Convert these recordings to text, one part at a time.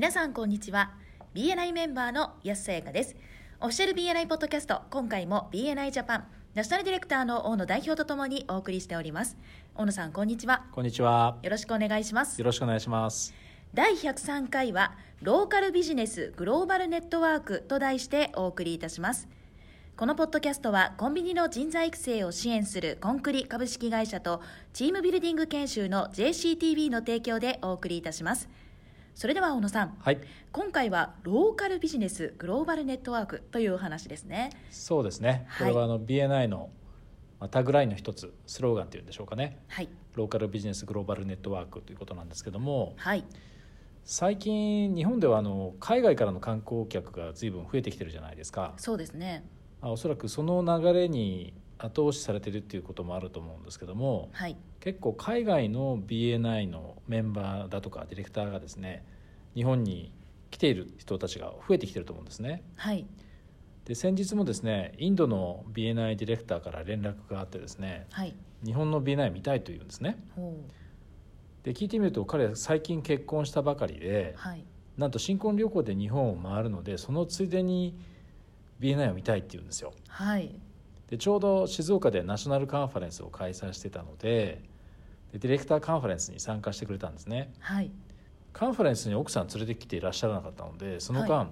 皆さんこんにちは。 BNI メンバーの安さやかです。オフィシャル BNI ポッドキャスト、今回も BNI ジャパンナショナルディレクターの大野代表とともにお送りしております。大野さんこんにちは。 こんにちは。 よろしくお願いします。 よろしくお願いします。 第103回はローカルビジネスグローバルネットワークと題してお送りいたします。このポッドキャストはコンビニの人材育成を支援するコンクリ株式会社とチームビルディング研修の JCTV の提供でお送りいたします。それでは大野さん、 はい、 今回はローカルビジネスグローバルネットワークというお話ですね。 そうですね、これはBNI のタグラインの一つ、スローガンというんでしょうかね、はい、ローカルビジネスグローバルネットワークということなんですけども、はい、最近日本では海外からの観光客が随分増えてきてるじゃないですか。 そうですね。 おそらくその流れに後押しされているっていうこともあると思うんですけども、はい、結構海外の BNI のメンバーだとかディレクターがですね、日本に来ている人たちが増えてきていると思うんですね。はい、で先日もですね、インドの BNI ディレクターから連絡があってですね、はい、日本の BNI 見たいというんですね。で聞いてみると、彼は最近結婚したばかりで、はい、なんと新婚旅行で日本を回るので、そのついでに BNI を見たいって言うんですよ。はい、でちょうど静岡でナショナルカンファレンスを開催してたので、ディレクターカンファレンスに参加してくれたんですね。はい、カンファレンスに奥さん連れてきていらっしゃらなかったので、その間、はい、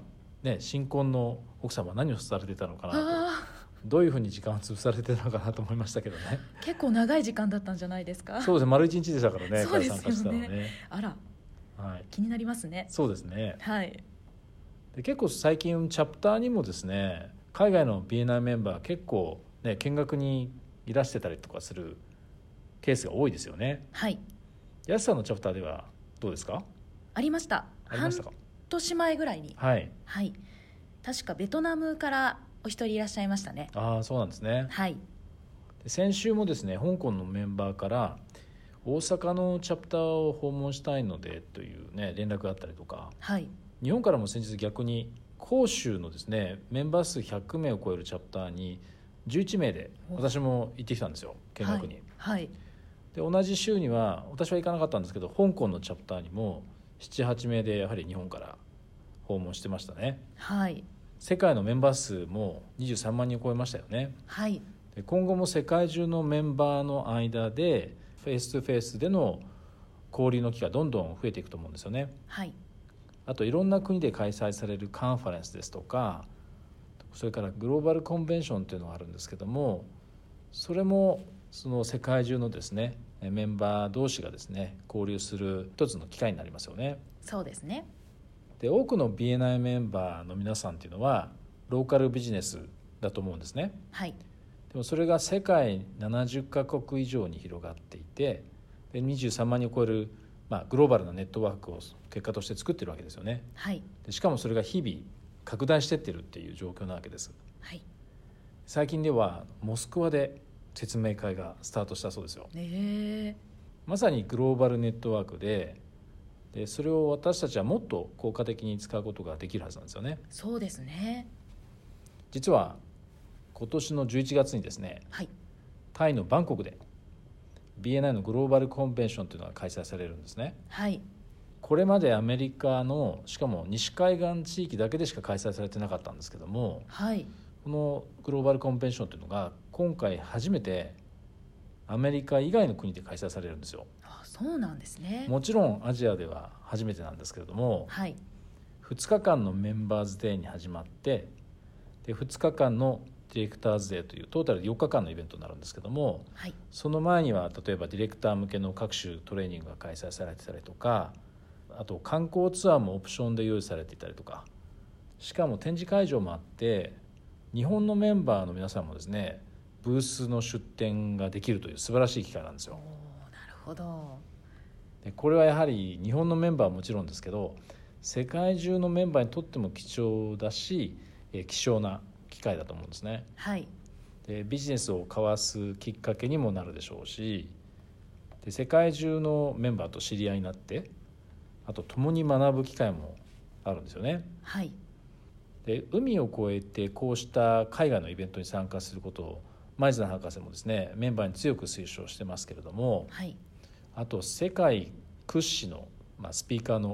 新婚の奥様は何をされていたのかなと、どういうふうに時間を潰されていたのかなと思いましたけどね。 結構長い時間だったんじゃないですか。 そうですね、丸一日でしたからね。 そうですよね。 参加したのね。 あら、はい、気になりますね。 そうですね、 はい、 で結構最近チャプターにもですね、海外の BNI メンバー結構、ね、見学にいらしてたりとかするケースが多いですよね。はい、安さんのチャプターではどうですか？ ありました。 ありましたか？ 半年前ぐらいに、はいはい、確かベトナムからお一人いらっしゃいましたね。 ああ、そうなんですね。はい、で先週もですね、香港のメンバーから大阪のチャプターを訪問したいのでという、ね、連絡があったりとか、はい、日本からも先日逆に広州のですね、メンバー数100名を超えるチャプターに11名で私も行ってきたんですよ、見学に。はいはい、で同じ週には、私は行かなかったんですけど、香港のチャプターにも 7,8 名でやはり日本から訪問してましたね。はい、世界のメンバー数も23万人を超えましたよね。はい、で今後も世界中のメンバーの間でフェイストゥフェイスでの交流の機会どんどん増えていくと思うんですよね。はい、あといろんな国で開催されるカンファレンスですとか、それからグローバルコンベンションというのがあるんですけども、それもその世界中のですね、メンバー同士がですね、交流する一つの機会になりますよね。そうですね。で多くの BNI メンバーの皆さんというのはローカルビジネスだと思うんですね。はい、でもそれが世界70カ国以上に広がっていて、で23万人を超える、グローバルなネットワークを結果として作っているわけですよね。はい、でしかもそれが日々拡大していっているっていう状況なわけです。はい、最近ではモスクワで説明会がスタートしたそうですよ。まさにグローバルネットワークで、それを私たちはもっと効果的に使うことができるはずなんですよね。そうですね。実は今年の11月にですね、はい、タイのバンコクで BNI のグローバルコンベンションというのが開催されるんですね。はい、これまでアメリカの、しかも西海岸地域だけでしか開催されてなかったんですけども、はい、このグローバルコンベンションというのが今回初めてアメリカ以外の国で開催されるんですよ。そうなんですね。もちろんアジアでは初めてなんですけれども、はい、2日間のメンバーズデーに始まって、で2日間のディレクターズデーというトータルで4日間のイベントになるんですけども、はい、その前には例えばディレクター向けの各種トレーニングが開催されてたりとか、あと観光ツアーもオプションで用意されていたりとか、しかも展示会場もあって、日本のメンバーの皆さんもですね、ブースの出展ができるという素晴らしい機会なんですよ。なるほど。でこれはやはり日本のメンバーはもちろんですけど、世界中のメンバーにとっても貴重だし、希少な機会だと思うんですね。はい、でビジネスを交わすきっかけにもなるでしょうし、で世界中のメンバーと知り合いになって、あと共に学ぶ機会もあるんですよね。はい、で海を越えてこうした海外のイベントに参加することを前津博士もですね、メンバーに強く推奨してますけれども、はい、あと世界屈指の、スピーカーの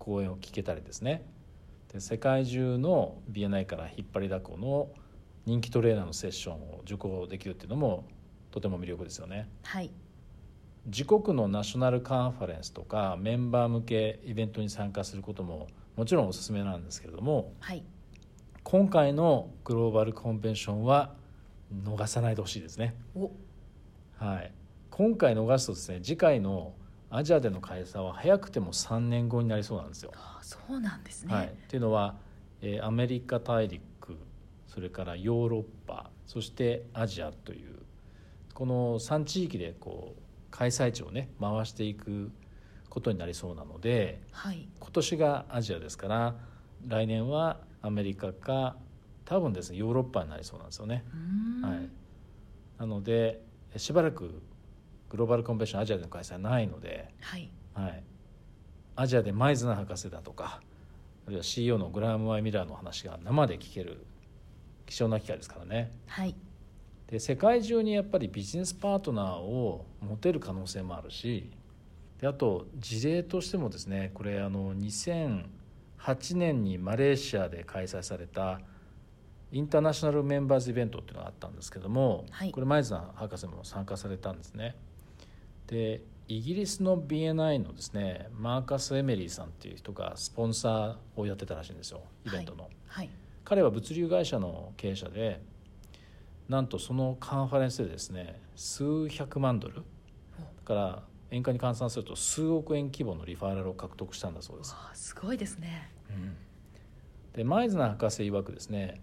講演を聞けたりですね、で世界中の BNI から引っ張りだこの人気トレーナーのセッションを受講できるっていうのもとても魅力ですよね。 はい、 自国のナショナルカンファレンスとかメンバー向けイベントに参加することももちろんおすすめなんですけれども、 はい、 今回のグローバルコンベンションは逃さないでほしいですね。はい、今回逃すとですね、次回のアジアでの開催は早くても3年後になりそうなんですよ。 そうなんですね。 はい、というのは、アメリカ大陸、それからヨーロッパ、そしてアジアというこの3地域で開催地をね回していくことになりそうなので、 はい、 今年がアジアですから来年はアメリカか多分ですねヨーロッパになりそうなんですよね。はい、なのでしばらくグローバルコンベンションアジアでの開催はないので、 はいはい、アジアでマイズナー博士だとかあるいは CEO のグラハム・ワイ・ミラーの話が生で聞ける貴重な機会ですからね。 はい、 で世界中にやっぱりビジネスパートナーを持てる可能性もあるし、であと事例としてもですね、これ2008年にマレーシアで開催されたインターナショナルメンバーズイベントっていうのがあったんですけども、 はい、 これマイズナー博士も参加されたんですね。でイギリスの BNI のですねマーカス・エメリーさんっていう人がスポンサーをやってたらしいんですよ、イベントの。 はいはい、 彼は物流会社の経営者で、なんとそのカンファレンスでですね数百万ドルだから円価に換算すると数億円規模のリファーラルを獲得したんだそうです。 すごいですね。 でマイズナー博士曰くですね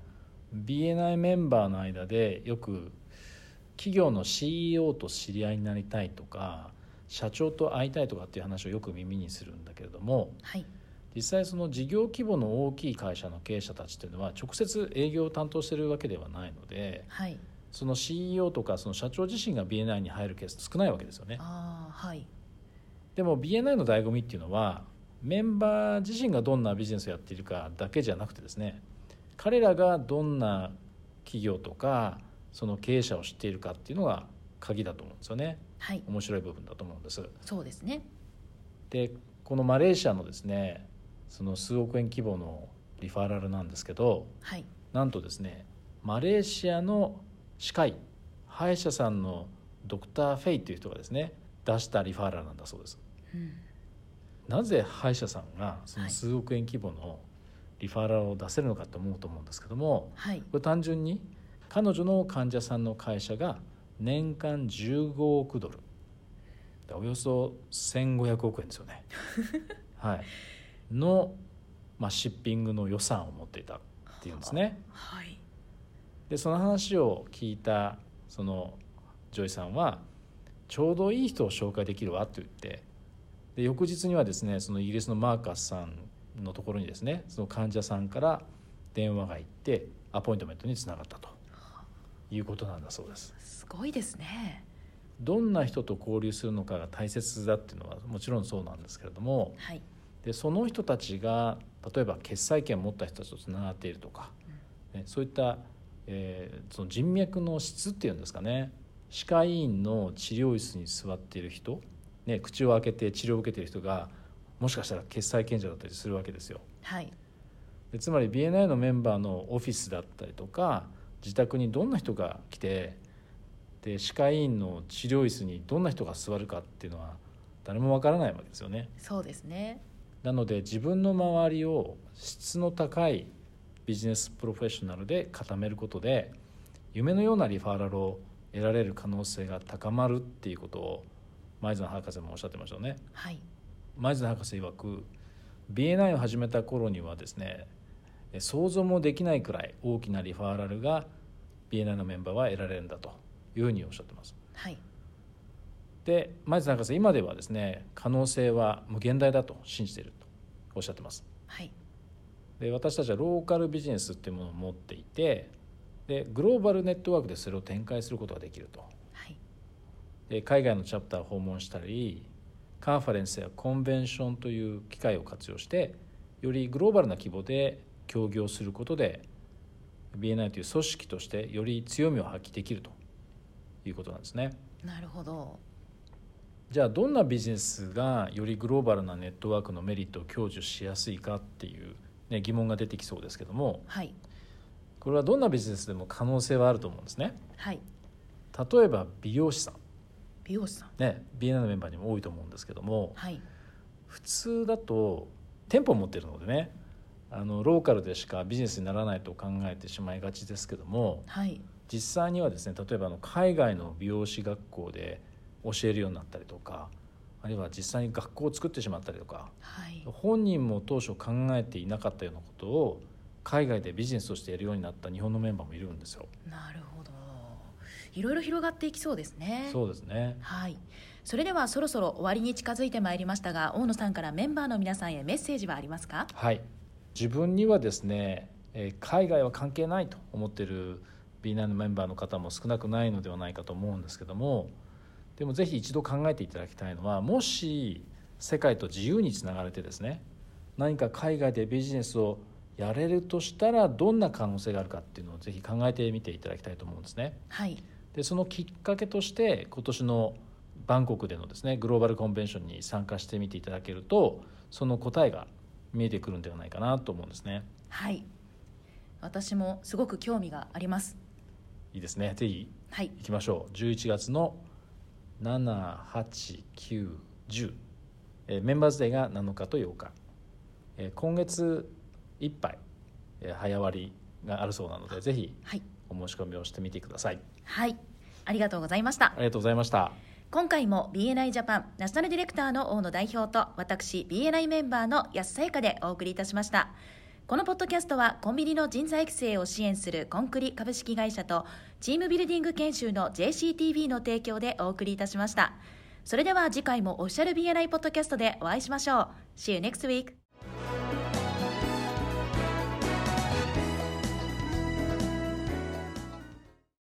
BNI メンバーの間でよく企業の CEO と知り合いになりたいとか社長と会いたいとかっていう話をよく耳にするんだけれども、 はい、 実際その事業規模の大きい会社の経営者たちというのは直接営業を担当しているわけではないので、 はい、 その CEO とかその社長自身が BNI に入るケース少ないわけですよね。 はい、 でも BNI の醍醐味っていうのはメンバー自身がどんなビジネスをやっているかだけじゃなくてですね、彼らがどんな企業とかその経営者を知っているかっていうのが鍵だと思うんですよね。 はい、 面白い部分だと思うんです。 そうですね。 でこのマレーシアのですねその数億円規模のリファーラルなんですけど、 はい、 なんとですねマレーシアの歯科医歯医者さんのドクター・フェイという人がですね出したリファーラルなんだそうです。なぜ歯医者さんがその数億円規模のリファーラルを出せるのかと思うと思うんですけども、 はい、 これ単純に彼女の患者さんの会社が年間15億ドル、およそ1500億円ですよね、はい、の、シッピングの予算を持っていたっていうんですね。 はい、 でその話を聞いたそのジョイさんはちょうどいい人を紹介できるわと言って、で翌日にはですねそのイギリスのマーカスさんのところにですねその患者さんから電話が行ってアポイントメントにつながったということなんだそうです。 すごいですね。 どんな人と交流するのかが大切だっていうのはもちろんそうなんですけれども、 はい、 でその人たちが例えば決裁権を持った人たちとつながっているとか、そういった、その人脈の質っていうんですかね、歯科医院の治療室に座っている人、口を開けて治療を受けている人がもしかしたら決裁権者だったりするわけですよ。 はい、 でつまり BNI のメンバーのオフィスだったりとか自宅にどんな人が来て、で歯科医院の治療室にどんな人が座るかっていうのは誰もわからないわけですよね。 そうですね。 なので自分の周りを質の高いビジネスプロフェッショナルで固めることで夢のようなリファーラルを得られる可能性が高まるっていうことをマイズナー博士もおっしゃってましたよね。 はい、 マイズナー博士曰く BNI を始めた頃にはですね想像もできないくらい大きなリファーラルが BNI のメンバーは得られるんだというふうにおっしゃってます。 はい、 でマイズナー博士今ではですね可能性は無限大だと信じているとおっしゃってます。 はい、 で私たちはローカルビジネスっていうものを持っていて、でグローバルネットワークでそれを展開することができると。 はい、 で海外のチャプターを訪問したりカンファレンスやコンベンションという機会を活用してよりグローバルな規模で協業することで BNI という組織としてより強みを発揮できるということなんですね。 なるほど。 じゃあどんなビジネスがよりグローバルなネットワークのメリットを享受しやすいかっていう、ね、疑問が出てきそうですけども、はい、これはどんなビジネスでも可能性はあると思うんですね。はい、例えば美容師さん、ね、BNI のメンバーにも多いと思うんですけども、はい、普通だと店舗を持っているのでね、ローカルでしかビジネスにならないと考えてしまいがちですけども、はい、実際にはですね、例えば海外の美容師学校で教えるようになったりとか、あるいは実際に学校を作ってしまったりとか、はい、本人も当初考えていなかったようなことを海外でビジネスとしてやるようになった日本のメンバーもいるんですよ。 なるほど、いろいろ広がっていきそうですね。 そうですね、 はい、それではそろそろ終わりに近づいてまいりましたが、大野さんからメンバーの皆さんへメッセージはありますか？ はい、自分にはですね、海外は関係ないと思っている B9 のメンバーの方も少なくないのではないかと思うんですけども、でもぜひ一度考えていただきたいのは、もし世界と自由につながれてですね、何か海外でビジネスをやれるとしたらどんな可能性があるかっていうのをぜひ考えてみていただきたいと思うんですね。はい、でそのきっかけとして今年のバンコクでのですねグローバルコンベンションに参加してみていただけると、その答えが見えてくるんではないかなと思うんですね。 はい、私もすごく興味があります。 いいですね、ぜひ行きましょう。11月の7、8、9、10、メンバーズデーが7日と8日、今月いっぱい、早割りがあるそうなので、ぜひお申し込みをしてみてください。 はい、ありがとうございました。 ありがとうございました。 今回も BNI ジャパンナショナルディレクターの大野代表と、私 BNI メンバーの安さやかでお送りいたしました。このポッドキャストはコンビニの人材育成を支援するコンクリ株式会社とチームビルディング研修の JCTV の提供でお送りいたしました。それでは次回もオフィシャル BNI ポッドキャストでお会いしましょう。See you next week!